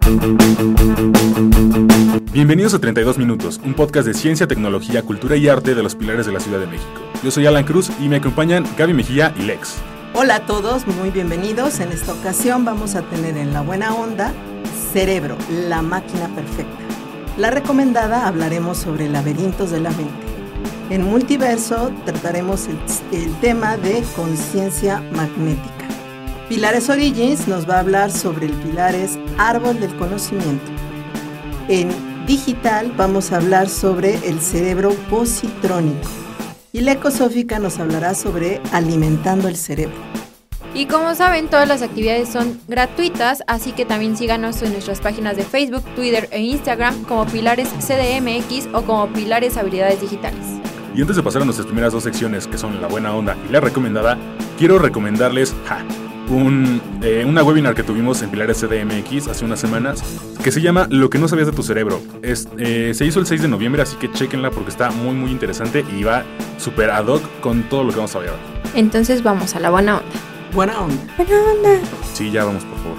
Bienvenidos a 32 Minutos, un podcast de ciencia, tecnología, cultura y arte de los pilares de la Ciudad de México. Yo soy Alan Cruz y me acompañan Gaby Mejía y Lex. Hola a todos, muy bienvenidos. En esta ocasión vamos a tener en La Buena Onda, Cerebro, la máquina perfecta. La recomendada hablaremos sobre laberintos de la mente. En Multiverso trataremos el tema de conciencia magnética. Pilares Origins nos va a hablar sobre el Pilares Árbol del Conocimiento. En Digital vamos a hablar sobre el cerebro positrónico. Y la Ecosófica nos hablará sobre alimentando el cerebro. Y como saben, todas las actividades son gratuitas, así que también síganos en nuestras páginas de Facebook, Twitter e Instagram como Pilares CDMX o como Pilares Habilidades Digitales. Y antes de pasar a nuestras primeras dos secciones, que son La Buena Onda y La Recomendada, quiero recomendarles una webinar que tuvimos en Pilares CDMX hace unas semanas, que se llama Lo que no sabías de tu cerebro. Se hizo el 6 de noviembre, así que chéquenla porque está muy muy interesante y va súper ad hoc con todo lo que vamos a hablar. Entonces vamos a la buena onda. Buena onda. Buena onda. Sí, ya vamos, por favor.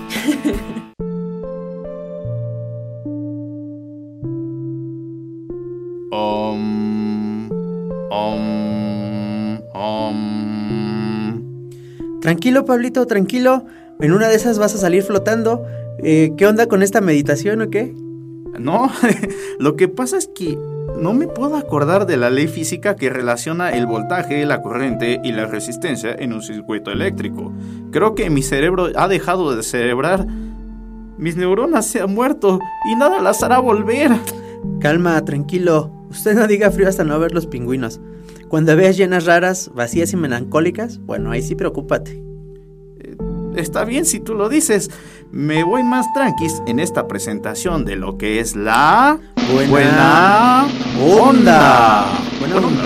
Tranquilo, Pablito, tranquilo. En una de esas vas a salir flotando. ¿Qué onda con esta meditación o qué? No, lo que pasa es que no me puedo acordar de la ley física que relaciona el voltaje, la corriente y la resistencia en un circuito eléctrico. Creo que mi cerebro ha dejado de cerebrar. Mis neuronas se han muerto y nada las hará volver. Calma, tranquilo. Usted no diga frío hasta no ver los pingüinos. Cuando veas llenas raras, vacías y melancólicas, bueno, ahí sí preocúpate. Está bien si tú lo dices. Me voy más tranquis en esta presentación de lo que es la Buena Onda. Buena Onda.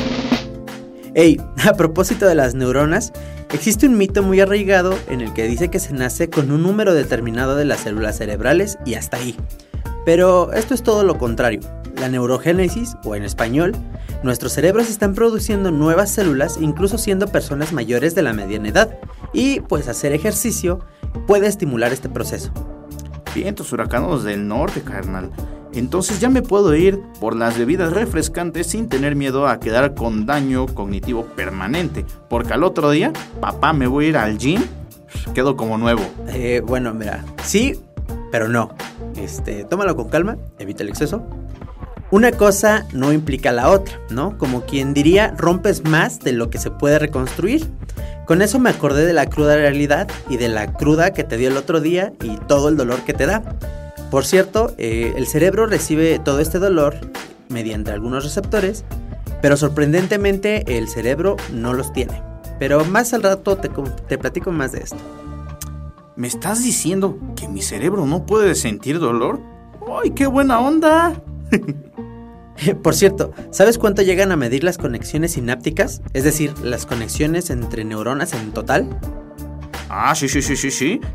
Ey, a propósito de las neuronas, existe un mito muy arraigado en el que dice que se nace con un número determinado de las células cerebrales y hasta ahí. Pero esto es todo lo contrario. La neurogénesis, o en español, nuestros cerebros están produciendo nuevas células incluso siendo personas mayores de la mediana edad. Y pues hacer ejercicio puede estimular este proceso. Vientos huracanos del norte, carnal. Entonces ya me puedo ir por las bebidas refrescantes sin tener miedo a quedar con daño cognitivo permanente. Porque al otro día, papá, me voy a ir al gym, quedo como nuevo. Bueno, mira, sí, pero no. Tómalo con calma, evita el exceso. Una cosa no implica la otra, ¿no? Como quien diría, rompes más de lo que se puede reconstruir. Con eso me acordé de la cruda realidad y de la cruda que te dio el otro día y todo el dolor que te da. Por cierto, el cerebro recibe todo este dolor mediante algunos receptores, pero sorprendentemente el cerebro no los tiene. Pero más al rato te platico más de esto. ¿Me estás diciendo que mi cerebro no puede sentir dolor? ¡Ay, qué buena onda! Por cierto, ¿sabes cuánto llegan a medir las conexiones sinápticas? Es decir, las conexiones entre neuronas en total. Sí.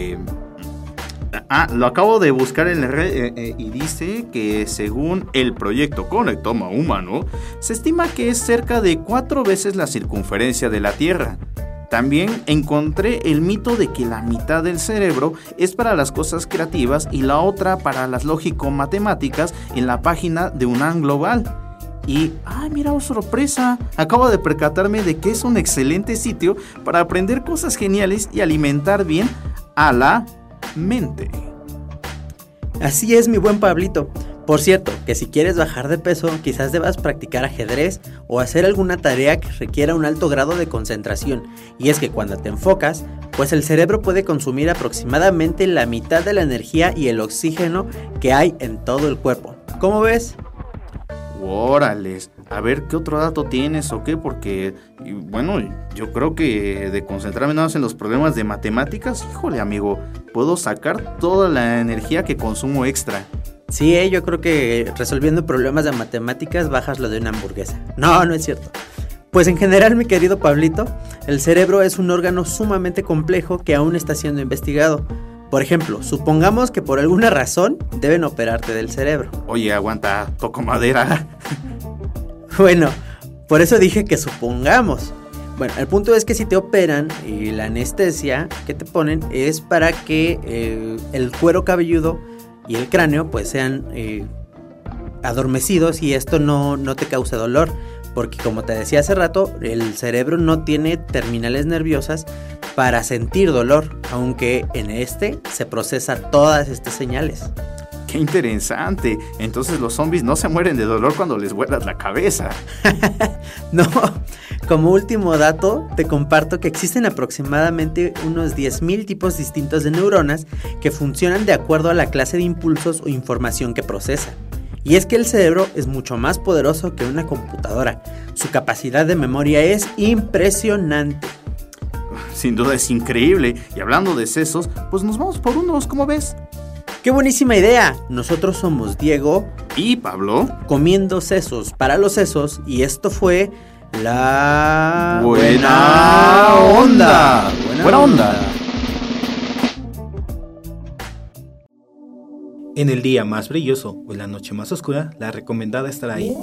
Lo acabo de buscar en la red y dice que según el proyecto Conectoma Humano, se estima que es cerca de 4 veces la circunferencia de la Tierra. También encontré el mito de que la mitad del cerebro es para las cosas creativas y la otra para las lógico-matemáticas en la página de UNAM Global. Y, mira, sorpresa, acabo de percatarme de que es un excelente sitio para aprender cosas geniales y alimentar bien a la mente. Así es, mi buen Pablito. Por cierto, que si quieres bajar de peso, quizás debas practicar ajedrez o hacer alguna tarea que requiera un alto grado de concentración. Y es que cuando te enfocas, pues el cerebro puede consumir aproximadamente la mitad de la energía y el oxígeno que hay en todo el cuerpo. ¿Cómo ves? Órales, a ver qué otro dato tienes o qué, porque, bueno, yo creo que de concentrarme nada más en los problemas de matemáticas, híjole amigo, puedo sacar toda la energía que consumo extra. Sí, yo creo que resolviendo problemas de matemáticas bajas lo de una hamburguesa. No es cierto. Pues en general, mi querido Pablito, el cerebro es un órgano sumamente complejo que aún está siendo investigado. Por ejemplo, supongamos que por alguna razón deben operarte del cerebro. Oye, aguanta, toco madera. Bueno, por eso dije que supongamos. Bueno, el punto es que si te operan, la anestesia que te ponen es para que el cuero cabelludo y el cráneo pues sean adormecidos y esto no te cause dolor. Porque como te decía hace rato, el cerebro no tiene terminales nerviosas para sentir dolor, aunque en este se procesa todas estas señales. ¡Qué interesante! Entonces los zombies no se mueren de dolor cuando les vuelas la cabeza. No, como último dato, te comparto que existen aproximadamente unos 10,000 tipos distintos de neuronas que funcionan de acuerdo a la clase de impulsos o información que procesa. Y es que el cerebro es mucho más poderoso que una computadora. Su capacidad de memoria es impresionante. Sin duda es increíble. Y hablando de sesos, pues nos vamos por unos, ¿cómo ves? ¡Qué buenísima idea! Nosotros somos Diego y Pablo, comiendo sesos para los sesos, y esto fue la Buena Onda. Buena Onda. En el día más brilloso o en la noche más oscura, la recomendada estará ahí.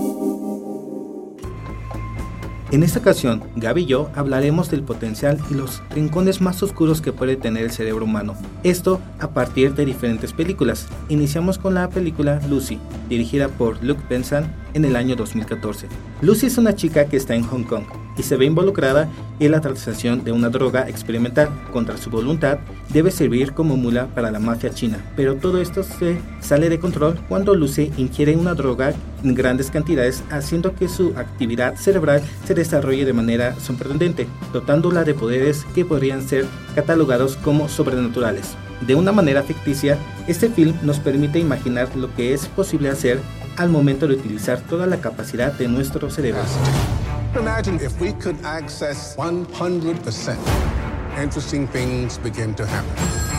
En esta ocasión, Gaby y yo hablaremos del potencial y los rincones más oscuros que puede tener el cerebro humano. Esto a partir de diferentes películas. Iniciamos con la película Lucy, dirigida por Luc Besson en el año 2014. Lucy es una chica que está en Hong Kong y se ve involucrada en la transacción de una droga experimental. Contra su voluntad, debe servir como mula para la mafia china, pero todo esto se sale de control cuando Lucy ingiere una droga en grandes cantidades, haciendo que su actividad cerebral se desarrolle de manera sorprendente, dotándola de poderes que podrían ser catalogados como sobrenaturales. De una manera ficticia, este film nos permite imaginar lo que es posible hacer al momento de utilizar toda la capacidad de nuestro cerebro. Imagine if we could access 100%. Interesting things begin to happen.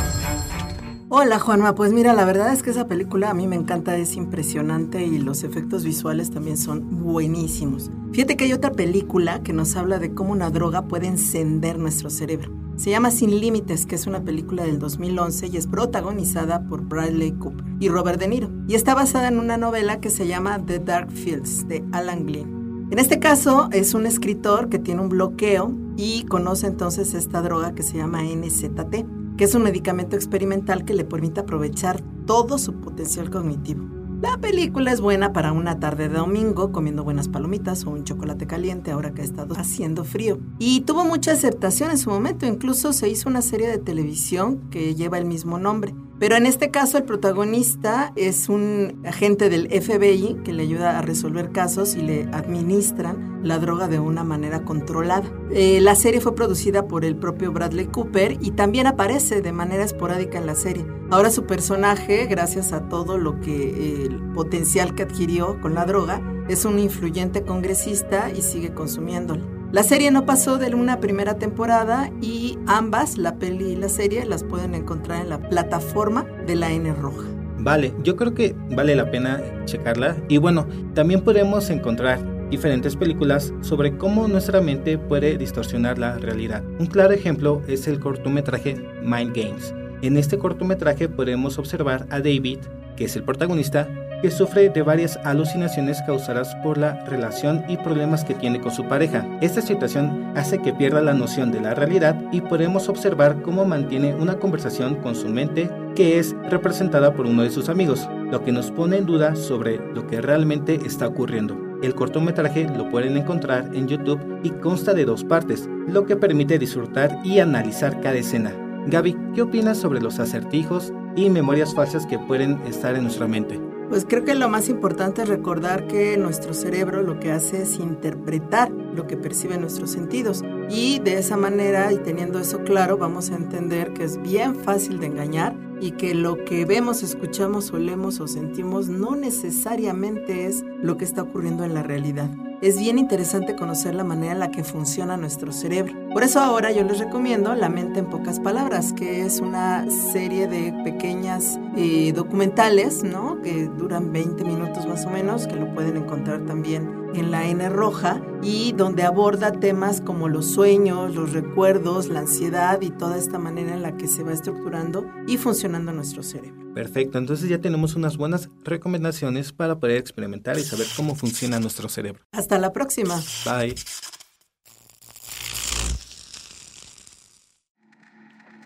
Hola Juanma, pues mira, la verdad es que esa película a mí me encanta, es impresionante y los efectos visuales también son buenísimos. Fíjate que hay otra película que nos habla de cómo una droga puede encender nuestro cerebro. Se llama Sin Límites, que es una película del 2011 y es protagonizada por Bradley Cooper y Robert De Niro. Y está basada en una novela que se llama The Dark Fields, de Alan Glynn. En este caso es un escritor que tiene un bloqueo y conoce entonces esta droga que se llama NZT, que es un medicamento experimental que le permite aprovechar todo su potencial cognitivo. La película es buena para una tarde de domingo comiendo buenas palomitas o un chocolate caliente ahora que ha estado haciendo frío. Y tuvo mucha aceptación en su momento, incluso se hizo una serie de televisión que lleva el mismo nombre. Pero en este caso el protagonista es un agente del FBI que le ayuda a resolver casos y le administran la droga de una manera controlada. La serie fue producida por el propio Bradley Cooper y también aparece de manera esporádica en la serie. Ahora su personaje, gracias a todo lo que el potencial que adquirió con la droga, es un influyente congresista y sigue consumiéndola. La serie no pasó de una primera temporada y ambas, la peli y la serie, las pueden encontrar en la plataforma de la N Roja. Vale, yo creo que vale la pena checarla. Y bueno, también podemos encontrar diferentes películas sobre cómo nuestra mente puede distorsionar la realidad. Un claro ejemplo es el cortometraje Mind Games. En este cortometraje podemos observar a David, que es el protagonista, que sufre de varias alucinaciones causadas por la relación y problemas que tiene con su pareja. Esta situación hace que pierda la noción de la realidad y podemos observar cómo mantiene una conversación con su mente que es representada por uno de sus amigos, lo que nos pone en duda sobre lo que realmente está ocurriendo. El cortometraje lo pueden encontrar en YouTube y consta de 2 partes, lo que permite disfrutar y analizar cada escena. Gaby, ¿qué opinas sobre los acertijos y memorias falsas que pueden estar en nuestra mente? Pues creo que lo más importante es recordar que nuestro cerebro lo que hace es interpretar lo que perciben nuestros sentidos y de esa manera y teniendo eso claro vamos a entender que es bien fácil de engañar y que lo que vemos, escuchamos, olemos o sentimos no necesariamente es lo que está ocurriendo en la realidad. Es bien interesante conocer la manera en la que funciona nuestro cerebro. Por eso ahora yo les recomiendo La mente en pocas palabras, que es una serie de pequeñas documentales, ¿no? Que duran 20 minutos más o menos, que lo pueden encontrar también en la N Roja y donde aborda temas como los sueños, los recuerdos, la ansiedad y toda esta manera en la que se va estructurando y funcionando nuestro cerebro. Perfecto, entonces ya tenemos unas buenas recomendaciones para poder experimentar y saber cómo funciona nuestro cerebro. Hasta la próxima. Bye.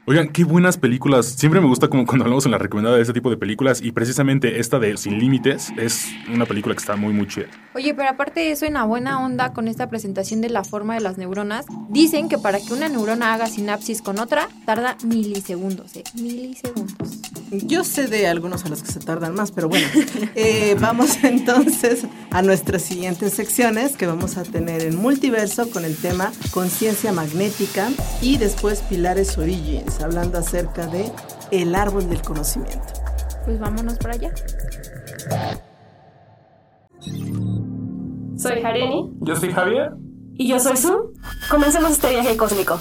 Oigan, qué buenas películas. Siempre me gusta como cuando hablamos en la recomendada de este tipo de películas y precisamente esta de Sin Límites es una película que está muy, muy chida. Oye, pero aparte de eso, en la buena onda con esta presentación de la forma de las neuronas, dicen que para que una neurona haga sinapsis con otra, tarda milisegundos, milisegundos. Yo sé de algunos a los que se tardan más, pero bueno, vamos entonces a nuestras siguientes secciones que vamos a tener en Multiverso con el tema Conciencia Magnética y después Pilares Origins, hablando acerca de el árbol del conocimiento. Pues vámonos para allá. Soy Jareni. Yo soy Javier. Y yo soy Zoom. Comencemos este viaje cósmico.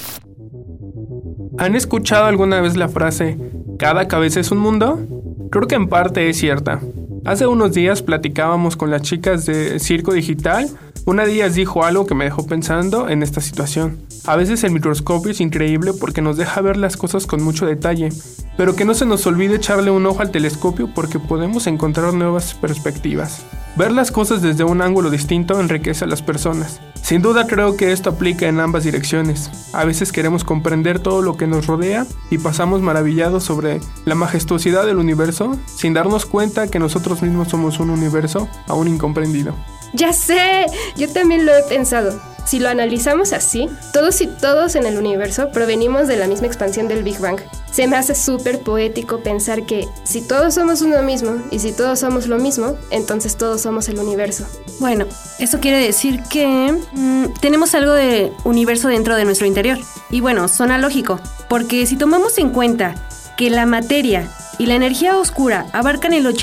¿Han escuchado alguna vez la frase "cada cabeza es un mundo"? Creo que en parte es cierta. Hace unos días platicábamos con las chicas de Circo Digital. Una de ellas dijo algo que me dejó pensando en esta situación. A veces el microscopio es increíble porque nos deja ver las cosas con mucho detalle, pero que no se nos olvide echarle un ojo al telescopio porque podemos encontrar nuevas perspectivas. Ver las cosas desde un ángulo distinto enriquece a las personas. Sin duda creo que esto aplica en ambas direcciones. A veces queremos comprender todo lo que nos rodea y pasamos maravillados sobre la majestuosidad del universo sin darnos cuenta que nosotros mismos somos un universo aún incomprendido. ¡Ya sé! Yo también lo he pensado. Si lo analizamos así, todos y todos en el universo provenimos de la misma expansión del Big Bang. Se me hace súper poético pensar que si todos somos uno mismo y si todos somos lo mismo, entonces todos somos el universo. Bueno, eso quiere decir que tenemos algo de universo dentro de nuestro interior. Y bueno, suena lógico, porque si tomamos en cuenta que la materia y la energía oscura abarcan el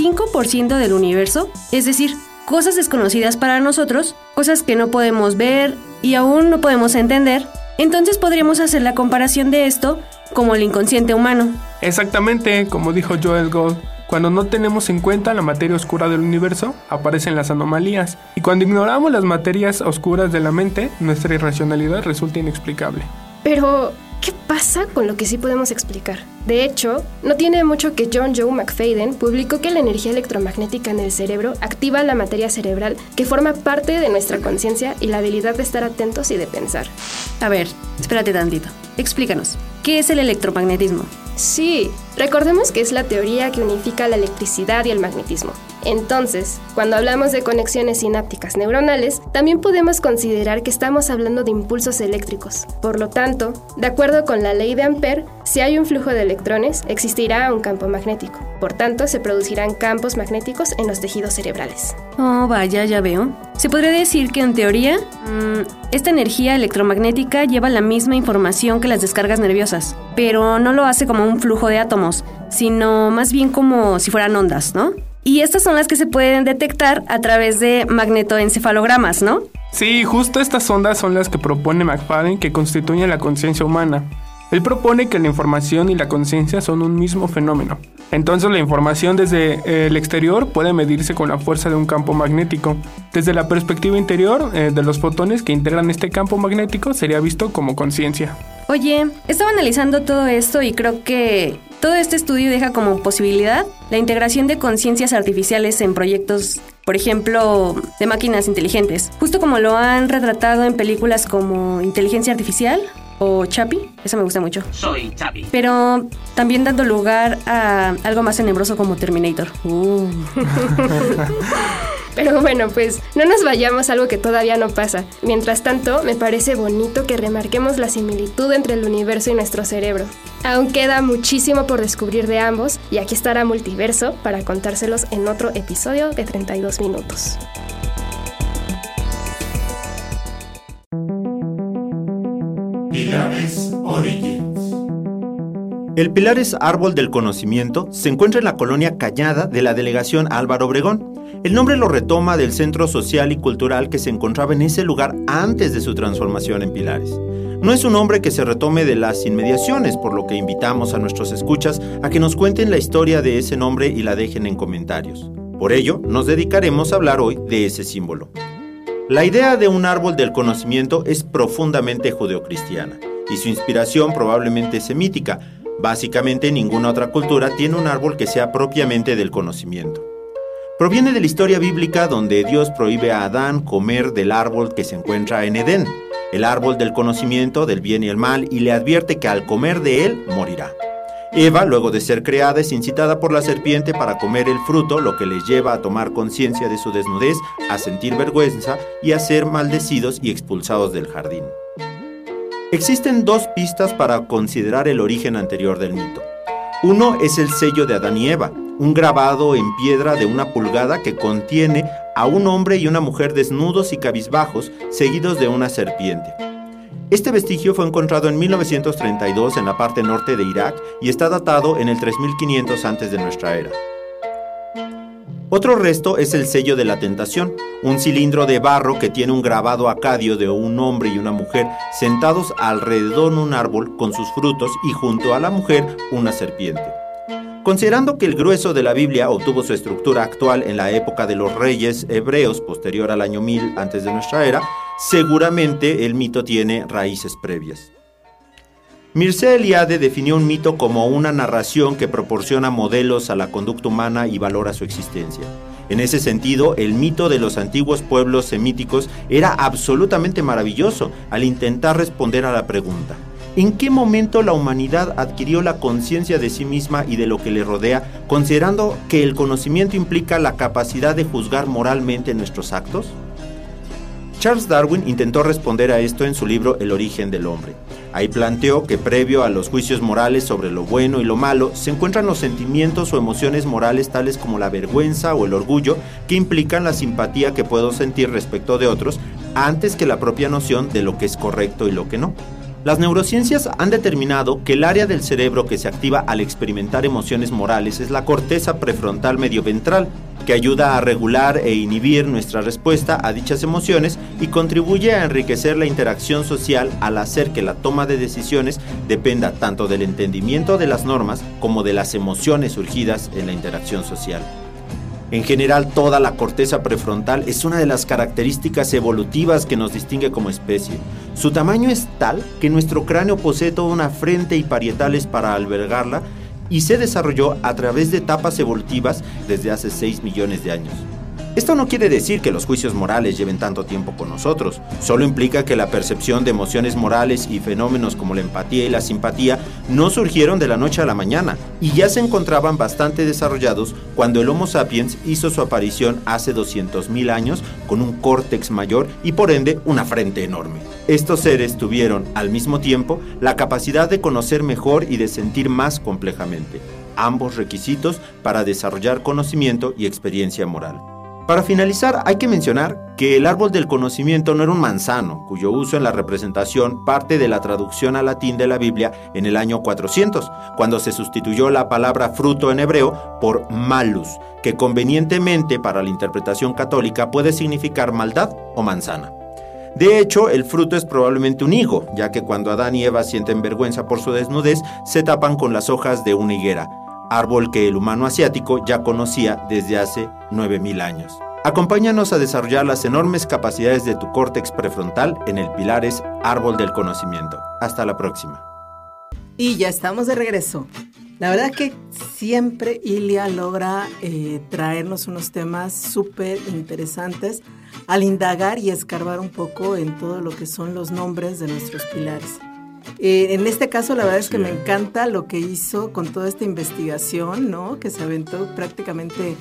85% del universo, es decir, cosas desconocidas para nosotros, cosas que no podemos ver y aún no podemos entender, entonces podríamos hacer la comparación de esto como el inconsciente humano. Exactamente, como dijo Joel Gold, cuando no tenemos en cuenta la materia oscura del universo, aparecen las anomalías, y cuando ignoramos las materias oscuras de la mente, nuestra irracionalidad resulta inexplicable. Pero, ¿qué pasa con lo que sí podemos explicar? De hecho, no tiene mucho que John Joe McFadden publicó que la energía electromagnética en el cerebro activa la materia cerebral que forma parte de nuestra conciencia y la habilidad de estar atentos y de pensar. A ver, espérate tantito. Explícanos, ¿qué es el electromagnetismo? Sí, recordemos que es la teoría que unifica la electricidad y el magnetismo. Entonces, cuando hablamos de conexiones sinápticas neuronales, también podemos considerar que estamos hablando de impulsos eléctricos. Por lo tanto, de acuerdo con la ley de Ampère, si hay un flujo de electrones, existirá un campo magnético. Por tanto, se producirán campos magnéticos en los tejidos cerebrales. Oh, vaya, ya veo. Se podría decir que en teoría, esta energía electromagnética lleva la misma información que las descargas nerviosas, pero no lo hace como un flujo de átomos, sino más bien como si fueran ondas, ¿no? Y estas son las que se pueden detectar a través de magnetoencefalogramas, ¿no? Sí, justo estas ondas son las que propone McFadden que constituyen la conciencia humana. Él propone que la información y la conciencia son un mismo fenómeno. Entonces la información desde el exterior puede medirse con la fuerza de un campo magnético. Desde la perspectiva interior de los fotones que integran este campo magnético sería visto como conciencia. Oye, estaba analizando todo esto y creo que todo este estudio deja como posibilidad la integración de conciencias artificiales en proyectos, por ejemplo, de máquinas inteligentes, justo como lo han retratado en películas como Inteligencia Artificial o Chappie, eso me gusta mucho. Soy Chappie. Pero también dando lugar a algo más tenebroso como Terminator. Pero bueno, pues no nos vayamos a algo que todavía no pasa. Mientras tanto, me parece bonito que remarquemos la similitud entre el universo y nuestro cerebro. Aún queda muchísimo por descubrir de ambos, y aquí estará Multiverso para contárselos en otro episodio de 32 minutos. Pilares Origins. El Pilares Árbol del Conocimiento se encuentra en la colonia Cañada de la delegación Álvaro Obregón. El nombre lo retoma del centro social y cultural que se encontraba en ese lugar antes de su transformación en Pilares. No es un nombre que se retome de las inmediaciones, por lo que invitamos a nuestros escuchas a que nos cuenten la historia de ese nombre y la dejen en comentarios. Por ello, nos dedicaremos a hablar hoy de ese símbolo. La idea de un árbol del conocimiento es profundamente judeocristiana, y su inspiración probablemente es semítica. Básicamente, ninguna otra cultura tiene un árbol que sea propiamente del conocimiento. Proviene de la historia bíblica donde Dios prohíbe a Adán comer del árbol que se encuentra en Edén, el árbol del conocimiento del bien y el mal, y le advierte que al comer de él morirá. Eva, luego de ser creada, es incitada por la serpiente para comer el fruto, lo que les lleva a tomar conciencia de su desnudez, a sentir vergüenza y a ser maldecidos y expulsados del jardín. Existen 2 pistas para considerar el origen anterior del mito. Uno es el sello de Adán y Eva, un grabado en piedra de 1 pulgada que contiene a un hombre y una mujer desnudos y cabizbajos, seguidos de una serpiente. Este vestigio fue encontrado en 1932 en la parte norte de Irak y está datado en el 3500 antes de nuestra era. Otro resto es el sello de la tentación, un cilindro de barro que tiene un grabado acadio de un hombre y una mujer sentados alrededor de un árbol con sus frutos y junto a la mujer una serpiente. Considerando que el grueso de la Biblia obtuvo su estructura actual en la época de los reyes hebreos posterior al año 1000 antes de nuestra era, seguramente el mito tiene raíces previas. Mircea Eliade definió un mito como una narración que proporciona modelos a la conducta humana y valora su existencia. En ese sentido, el mito de los antiguos pueblos semíticos era absolutamente maravilloso al intentar responder a la pregunta: ¿en qué momento la humanidad adquirió la conciencia de sí misma y de lo que le rodea, considerando que el conocimiento implica la capacidad de juzgar moralmente nuestros actos? Charles Darwin intentó responder a esto en su libro El origen del hombre. Ahí planteó que previo a los juicios morales sobre lo bueno y lo malo, se encuentran los sentimientos o emociones morales tales como la vergüenza o el orgullo, que implican la simpatía que puedo sentir respecto de otros, antes que la propia noción de lo que es correcto y lo que no. Las neurociencias han determinado que el área del cerebro que se activa al experimentar emociones morales es la corteza prefrontal medioventral, que ayuda a regular e inhibir nuestra respuesta a dichas emociones y contribuye a enriquecer la interacción social al hacer que la toma de decisiones dependa tanto del entendimiento de las normas como de las emociones surgidas en la interacción social. En general, toda la corteza prefrontal es una de las características evolutivas que nos distingue como especie. Su tamaño es tal que nuestro cráneo posee toda una frente y parietales para albergarla, y se desarrolló a través de etapas evolutivas desde hace 6 millones de años. Esto no quiere decir que los juicios morales lleven tanto tiempo con nosotros, solo implica que la percepción de emociones morales y fenómenos como la empatía y la simpatía no surgieron de la noche a la mañana y ya se encontraban bastante desarrollados cuando el Homo sapiens hizo su aparición hace 200.000 años con un córtex mayor y por ende una frente enorme. Estos seres tuvieron al mismo tiempo la capacidad de conocer mejor y de sentir más complejamente, ambos requisitos para desarrollar conocimiento y experiencia moral. Para finalizar, hay que mencionar que el árbol del conocimiento no era un manzano, cuyo uso en la representación parte de la traducción al latín de la Biblia en el año 400, cuando se sustituyó la palabra fruto en hebreo por malus, que convenientemente para la interpretación católica puede significar maldad o manzana. De hecho, el fruto es probablemente un higo, ya que cuando Adán y Eva sienten vergüenza por su desnudez, se tapan con las hojas de una higuera, árbol que el humano asiático ya conocía desde hace 9.000 años. Acompáñanos a desarrollar las enormes capacidades de tu córtex prefrontal en el Pilares Árbol del Conocimiento. Hasta la próxima. Y ya estamos de regreso. La verdad que siempre Ilia logra traernos unos temas súper interesantes al indagar y escarbar un poco en todo lo que son los nombres de nuestros pilares. En este caso, la verdad es que me encanta lo que hizo con toda esta investigación, ¿no? Que se aventó prácticamente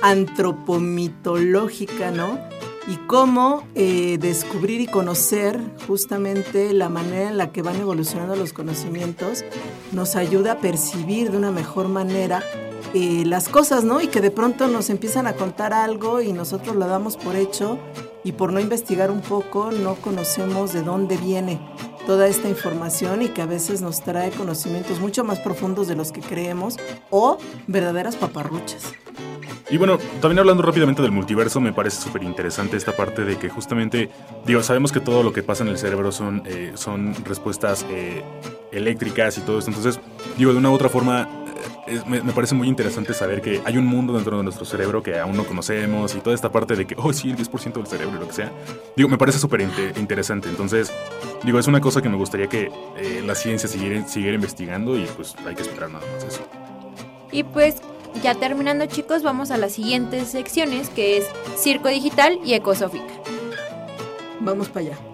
antropomitológica, ¿no? Y cómo descubrir y conocer justamente la manera en la que van evolucionando los conocimientos nos ayuda a percibir de una mejor manera las cosas, ¿no? Y que de pronto nos empiezan a contar algo y nosotros lo damos por hecho y por no investigar un poco no conocemos de dónde viene toda esta información y que a veces nos trae conocimientos mucho más profundos de los que creemos o verdaderas paparruchas. Y bueno, también hablando rápidamente del multiverso, me parece súper interesante esta parte de que justamente, sabemos que todo lo que pasa en el cerebro son respuestas eléctricas y todo esto. Entonces, de una u otra forma, me parece muy interesante saber que hay un mundo dentro de nuestro cerebro que aún no conocemos y toda esta parte de que, sí, el 10% del cerebro y lo que sea. Me parece súper interesante. Entonces, es una cosa que me gustaría que la ciencia siguiera investigando y pues hay que esperar nada más eso. Y pues Ya terminando, chicos, vamos a las siguientes secciones, que es Circo Digital y Ecosófica. Vamos para allá.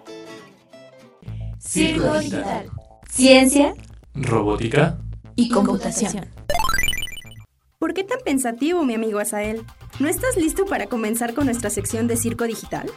Circo Digital. Ciencia, robótica y computación. ¿Por qué tan pensativo, mi amigo Asael? ¿No estás listo para comenzar con nuestra sección de Circo Digital?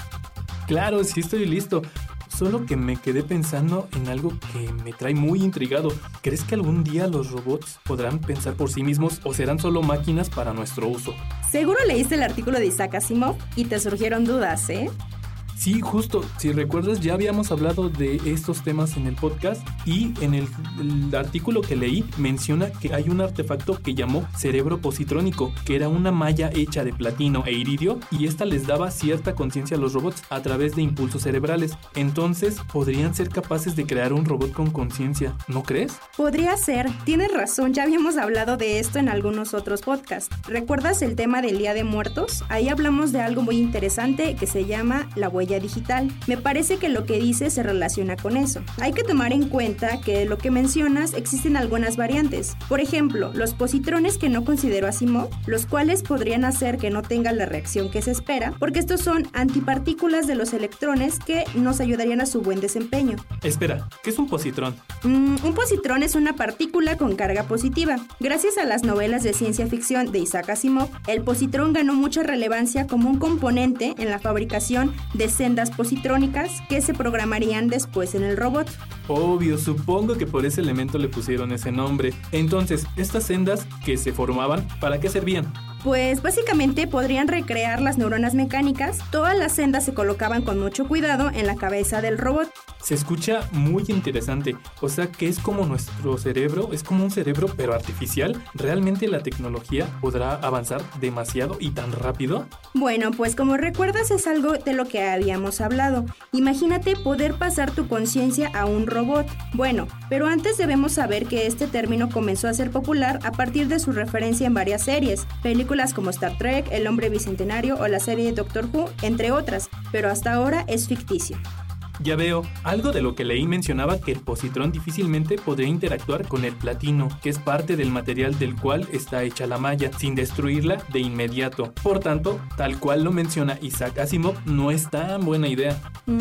Claro, sí estoy listo. Solo que me quedé pensando en algo que me trae muy intrigado. ¿Crees que algún día los robots podrán pensar por sí mismos o serán solo máquinas para nuestro uso? Seguro leíste el artículo de Isaac Asimov y te surgieron dudas, ¿eh? Sí, justo. Si recuerdas, ya habíamos hablado de estos temas en el podcast y en el artículo que leí menciona que hay un artefacto que llamó cerebro positrónico, que era una malla hecha de platino e iridio y esta les daba cierta conciencia a los robots a través de impulsos cerebrales. Entonces, podrían ser capaces de crear un robot con conciencia, ¿no crees? Podría ser. Tienes razón, ya habíamos hablado de esto en algunos otros podcasts. ¿Recuerdas el tema del Día de Muertos? Ahí hablamos de algo muy interesante que se llama la huella digital. Me parece que lo que dice se relaciona con eso. Hay que tomar en cuenta que de lo que mencionas existen algunas variantes. Por ejemplo, los positrones que no consideró Asimov, los cuales podrían hacer que no tengan la reacción que se espera, porque estos son antipartículas de los electrones que nos ayudarían a su buen desempeño. Espera, ¿qué es un positrón? Un positrón es una partícula con carga positiva. Gracias a las novelas de ciencia ficción de Isaac Asimov, el positrón ganó mucha relevancia como un componente en la fabricación de sendas positrónicas que se programarían después en el robot. Obvio, supongo que por ese elemento le pusieron ese nombre. Entonces, estas sendas que se formaban, ¿para qué servían? Pues básicamente podrían recrear las neuronas mecánicas. Todas las sendas se colocaban con mucho cuidado en la cabeza del robot. Se escucha muy interesante. O sea que es como nuestro cerebro, es como un cerebro pero artificial. ¿Realmente la tecnología podrá avanzar demasiado y tan rápido? Bueno, pues como recuerdas es algo de lo que habíamos hablado. Imagínate poder pasar tu conciencia a un robot. Bueno, pero antes debemos saber que este término comenzó a ser popular a partir de su referencia en varias series, películas como Star Trek, El Hombre Bicentenario o la serie Doctor Who, entre otras, pero hasta ahora es ficticio. Ya veo, algo de lo que leí mencionaba que el positrón difícilmente podría interactuar con el platino, que es parte del material del cual está hecha la malla, sin destruirla de inmediato. Por tanto, tal cual lo menciona Isaac Asimov, no es tan buena idea.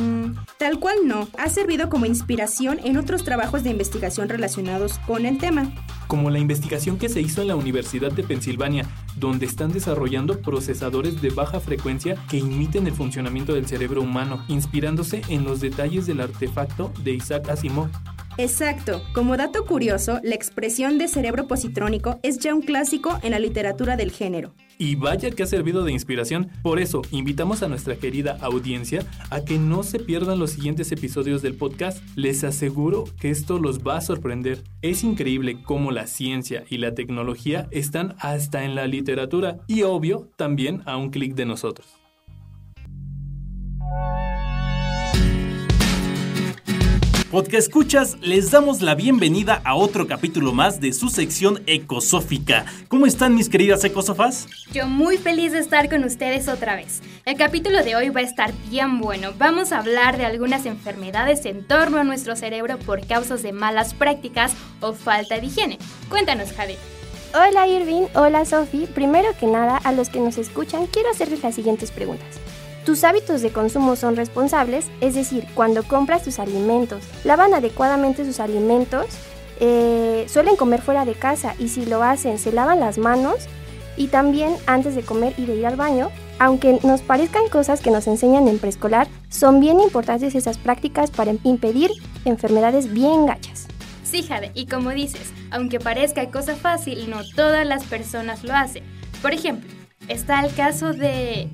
Tal cual no, ha servido como inspiración en otros trabajos de investigación relacionados con el tema. Como la investigación que se hizo en la Universidad de Pensilvania, donde están desarrollando procesadores de baja frecuencia que imiten el funcionamiento del cerebro humano, inspirándose en los detalles del artefacto de Isaac Asimov. Exacto. Como dato curioso, la expresión de cerebro positrónico es ya un clásico en la literatura del género. Y vaya que ha servido de inspiración. Por eso, invitamos a nuestra querida audiencia a que no se pierdan los siguientes episodios del podcast. Les aseguro que esto los va a sorprender. Es increíble cómo la ciencia y la tecnología están hasta en la literatura. Y obvio, también a un clic de nosotros. Podcast escuchas, les damos la bienvenida a otro capítulo más de su sección ecosófica. ¿Cómo están mis queridas ecosofas? Yo muy feliz de estar con ustedes otra vez. El capítulo de hoy va a estar bien bueno. Vamos a hablar de algunas enfermedades en torno a nuestro cerebro por causas de malas prácticas o falta de higiene. Cuéntanos, Jade. Hola Irving, hola Sofi. Primero que nada, a los que nos escuchan, quiero hacerles las siguientes preguntas. ¿Tus hábitos de consumo son responsables? Es decir, cuando compras tus alimentos, ¿lavan adecuadamente sus alimentos? ¿Suelen comer fuera de casa? Y si lo hacen, ¿se lavan las manos? Y también, antes de comer y de ir al baño, aunque nos parezcan cosas que nos enseñan en preescolar, son bien importantes esas prácticas para impedir enfermedades bien gachas. Sí, Jade, y como dices, aunque parezca cosa fácil, no todas las personas lo hacen. Por ejemplo, está el caso de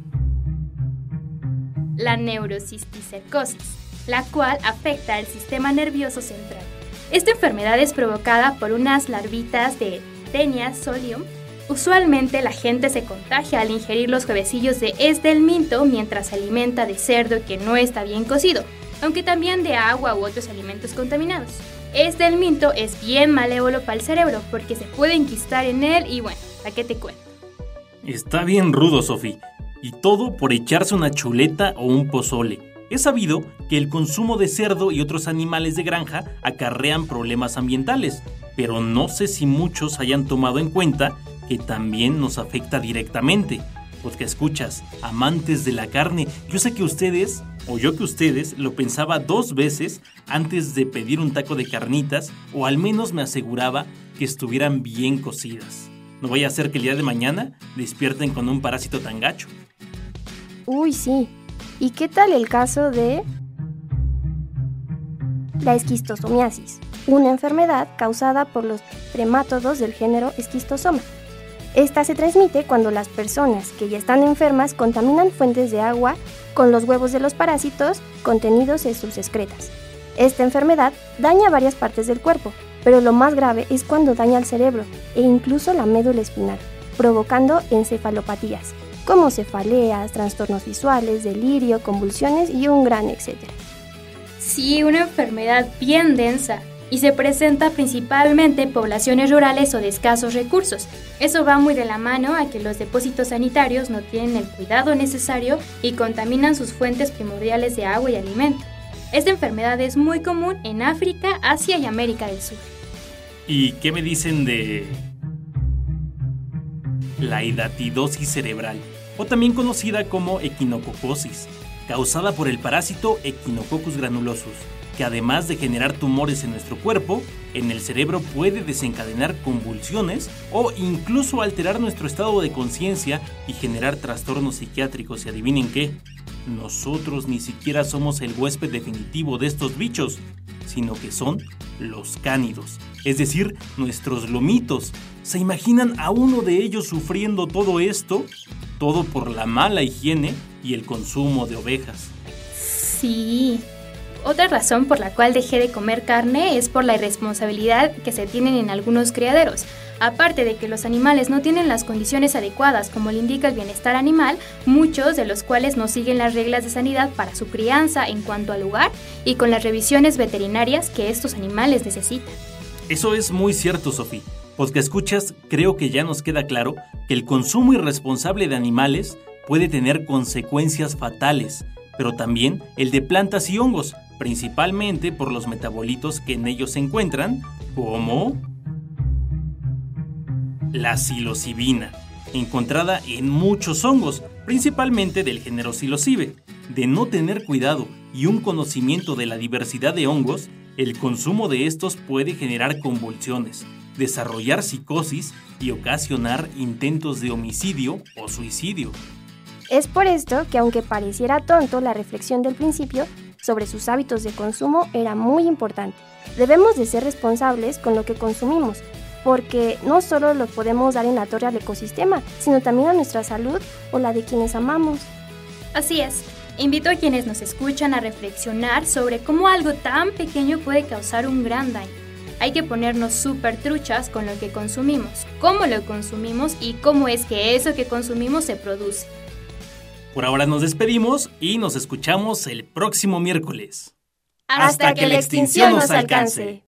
la neurocisticercosis, la cual afecta al sistema nervioso central. Esta enfermedad es provocada por unas larvitas de Taenia solium. Usualmente la gente se contagia al ingerir los huevecillos de del minto mientras se alimenta de cerdo que no está bien cocido, aunque también de agua u otros alimentos contaminados. Del minto es bien malévolo para el cerebro porque se puede enquistar en él y bueno, ¿a qué te cuento? Está bien rudo, Sofi. Y todo por echarse una chuleta o un pozole. Es sabido que el consumo de cerdo y otros animales de granja acarrean problemas ambientales, pero no sé si muchos hayan tomado en cuenta que también nos afecta directamente. Porque escuchas, amantes de la carne, yo sé que ustedes, o yo que ustedes, lo pensaba 2 veces antes de pedir un taco de carnitas, o al menos me aseguraba que estuvieran bien cocidas. No vaya a ser que el día de mañana despierten con un parásito tan gacho. Uy, sí. ¿Y qué tal el caso de la esquistosomiasis? Una enfermedad causada por los tremátodos del género Schistosoma. Esta se transmite cuando las personas que ya están enfermas contaminan fuentes de agua con los huevos de los parásitos contenidos en sus excretas. Esta enfermedad daña varias partes del cuerpo, pero lo más grave es cuando daña el cerebro e incluso la médula espinal, provocando encefalopatías, como cefaleas, trastornos visuales, delirio, convulsiones y un gran etcétera. Sí, una enfermedad bien densa. Y se presenta principalmente en poblaciones rurales o de escasos recursos. Eso va muy de la mano a que los depósitos sanitarios no tienen el cuidado necesario y contaminan sus fuentes primordiales de agua y alimento. Esta enfermedad es muy común en África, Asia y América del Sur. ¿Y qué me dicen de la hidatidosis cerebral, o también conocida como equinococosis, causada por el parásito Echinococcus granulosus, que además de generar tumores en nuestro cuerpo, en el cerebro puede desencadenar convulsiones o incluso alterar nuestro estado de conciencia y generar trastornos psiquiátricos? Y adivinen qué, nosotros ni siquiera somos el huésped definitivo de estos bichos, sino que son los cánidos, es decir, nuestros lomitos. ¿Se imaginan a uno de ellos sufriendo todo esto? Todo por la mala higiene y el consumo de ovejas. Sí. Otra razón por la cual dejé de comer carne es por la irresponsabilidad que se tienen en algunos criaderos. Aparte de que los animales no tienen las condiciones adecuadas como le indica el bienestar animal, muchos de los cuales no siguen las reglas de sanidad para su crianza en cuanto al lugar y con las revisiones veterinarias que estos animales necesitan. Eso es muy cierto, Sofía. Porque escuchas, creo que ya nos queda claro que el consumo irresponsable de animales puede tener consecuencias fatales, pero también el de plantas y hongos, principalmente por los metabolitos que en ellos se encuentran, como la psilocibina, encontrada en muchos hongos, principalmente del género Psilocibe. De no tener cuidado y un conocimiento de la diversidad de hongos, el consumo de estos puede generar convulsiones, desarrollar psicosis y ocasionar intentos de homicidio o suicidio. Es por esto que, aunque pareciera tonto, la reflexión del principio sobre sus hábitos de consumo era muy importante. Debemos de ser responsables con lo que consumimos, porque no solo lo podemos dar en la torre al ecosistema, sino también a nuestra salud o la de quienes amamos. Así es. Invito a quienes nos escuchan a reflexionar sobre cómo algo tan pequeño puede causar un gran daño. Hay que ponernos súper truchas con lo que consumimos, cómo lo consumimos y cómo es que eso que consumimos se produce. Por ahora nos despedimos y nos escuchamos el próximo miércoles. Hasta que la extinción nos alcance.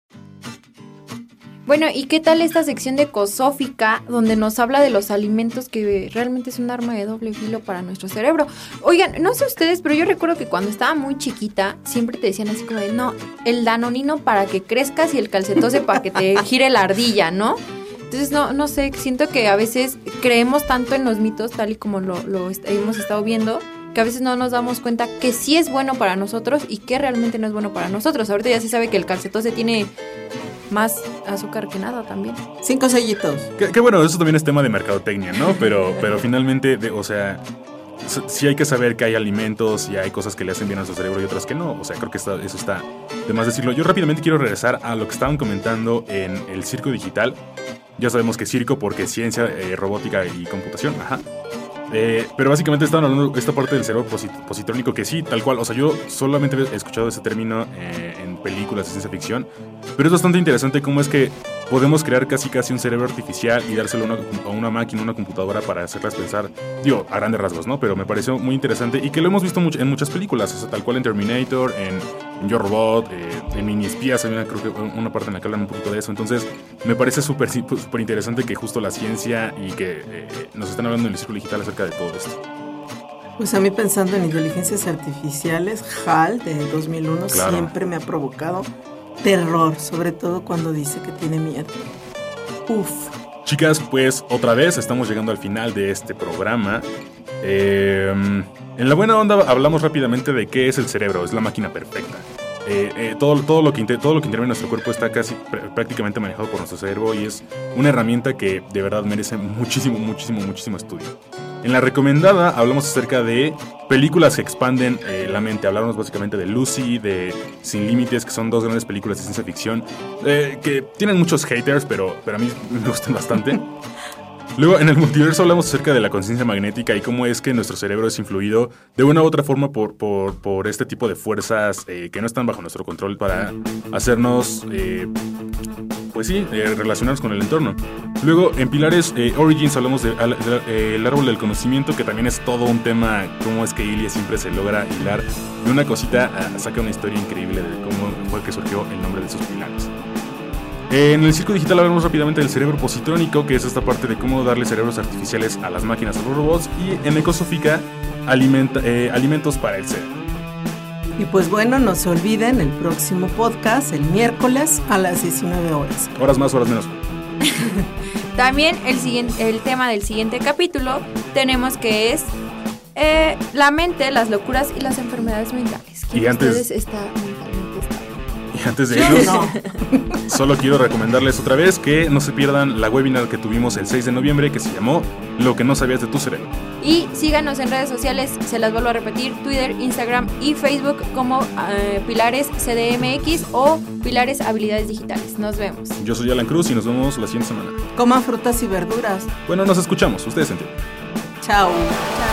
Bueno, ¿y qué tal esta sección de Ecosófica, donde nos habla de los alimentos que realmente es un arma de doble filo para nuestro cerebro? Oigan, no sé ustedes, pero yo recuerdo que cuando estaba muy chiquita, siempre te decían así como de, no, el danonino para que crezcas y el calcetose para que te gire la ardilla, ¿no? Entonces, no sé, siento que a veces creemos tanto en los mitos, tal y como lo hemos estado viendo, que a veces no nos damos cuenta que sí es bueno para nosotros y que realmente no es bueno para nosotros. Ahorita ya se sabe que el calcetose tiene más azúcar que nada también. 5 sellitos. Qué bueno, eso también es tema de mercadotecnia, ¿no? Pero finalmente, o sea, sí hay que saber que hay alimentos y hay cosas que le hacen bien a nuestro cerebro y otras que no. O sea, creo que eso está de más decirlo. Yo rápidamente quiero regresar a lo que estaban comentando en el circo digital. Ya sabemos que circo porque ciencia, robótica y computación, ajá. Pero básicamente estaban hablando de esta parte del cerebro positrónico que sí, tal cual, o sea, yo solamente he escuchado ese término en películas de ciencia ficción, pero es bastante interesante cómo es que podemos crear casi un cerebro artificial y dárselo a una máquina, una computadora para hacerlas pensar, digo, a grandes rasgos, ¿no? Pero me pareció muy interesante y que lo hemos visto en muchas películas, o sea, tal cual en Terminator, en Yo Robot, en Mini Espías, hay creo que una parte en la que hablan un poquito de eso, entonces me parece súper interesante que justo la ciencia y que nos están hablando en el círculo digital acerca de todo esto. Pues a mí, pensando en inteligencias artificiales, HAL de 2001 claro, siempre me ha provocado terror, sobre todo cuando dice que tiene miedo. Uf, Chicas, pues otra vez estamos llegando al final de este programa. En La Buena Onda hablamos rápidamente de qué es el cerebro, es la máquina perfecta. Todo lo que interviene en nuestro cuerpo está casi prácticamente manejado por nuestro cerebro y es una herramienta que de verdad merece muchísimo estudio. En la recomendada hablamos acerca de películas que expanden la mente. Hablamos básicamente de Lucy, de Sin Límites, que son dos grandes películas de ciencia ficción que tienen muchos haters, pero a mí me gustan bastante. Luego, en el multiverso hablamos acerca de la conciencia magnética y cómo es que nuestro cerebro es influido de una u otra forma por este tipo de fuerzas que no están bajo nuestro control para hacernos, relacionarnos con el entorno. Luego, en Pilares Origins hablamos del árbol del conocimiento, que también es todo un tema, cómo es que Ilia siempre se logra hilar de una cosita, saca una historia increíble de cómo fue que surgió el nombre de esos pilares. En el Circo Digital hablamos rápidamente del cerebro positrónico, que es esta parte de cómo darle cerebros artificiales a las máquinas o los robots. Y en Ecosófica, alimentos para el cerebro. Y pues bueno, no se olviden el próximo podcast, el miércoles a las 19 horas. Horas más, horas menos. También el tema del siguiente capítulo tenemos que es la mente, las locuras y las enfermedades mentales. ¿Quién de ustedes está mentalmente estable? Y antes de ellos, solo quiero recomendarles otra vez que no se pierdan la webinar que tuvimos el 6 de noviembre que se llamó Lo que no sabías de tu cerebro. Y síganos en redes sociales, se las vuelvo a repetir, Twitter, Instagram y Facebook como Pilares CDMX o Pilares Habilidades Digitales. Nos vemos. Yo soy Alan Cruz y nos vemos la siguiente semana. Coman frutas y verduras. Bueno, nos escuchamos, ustedes entienden. Chao.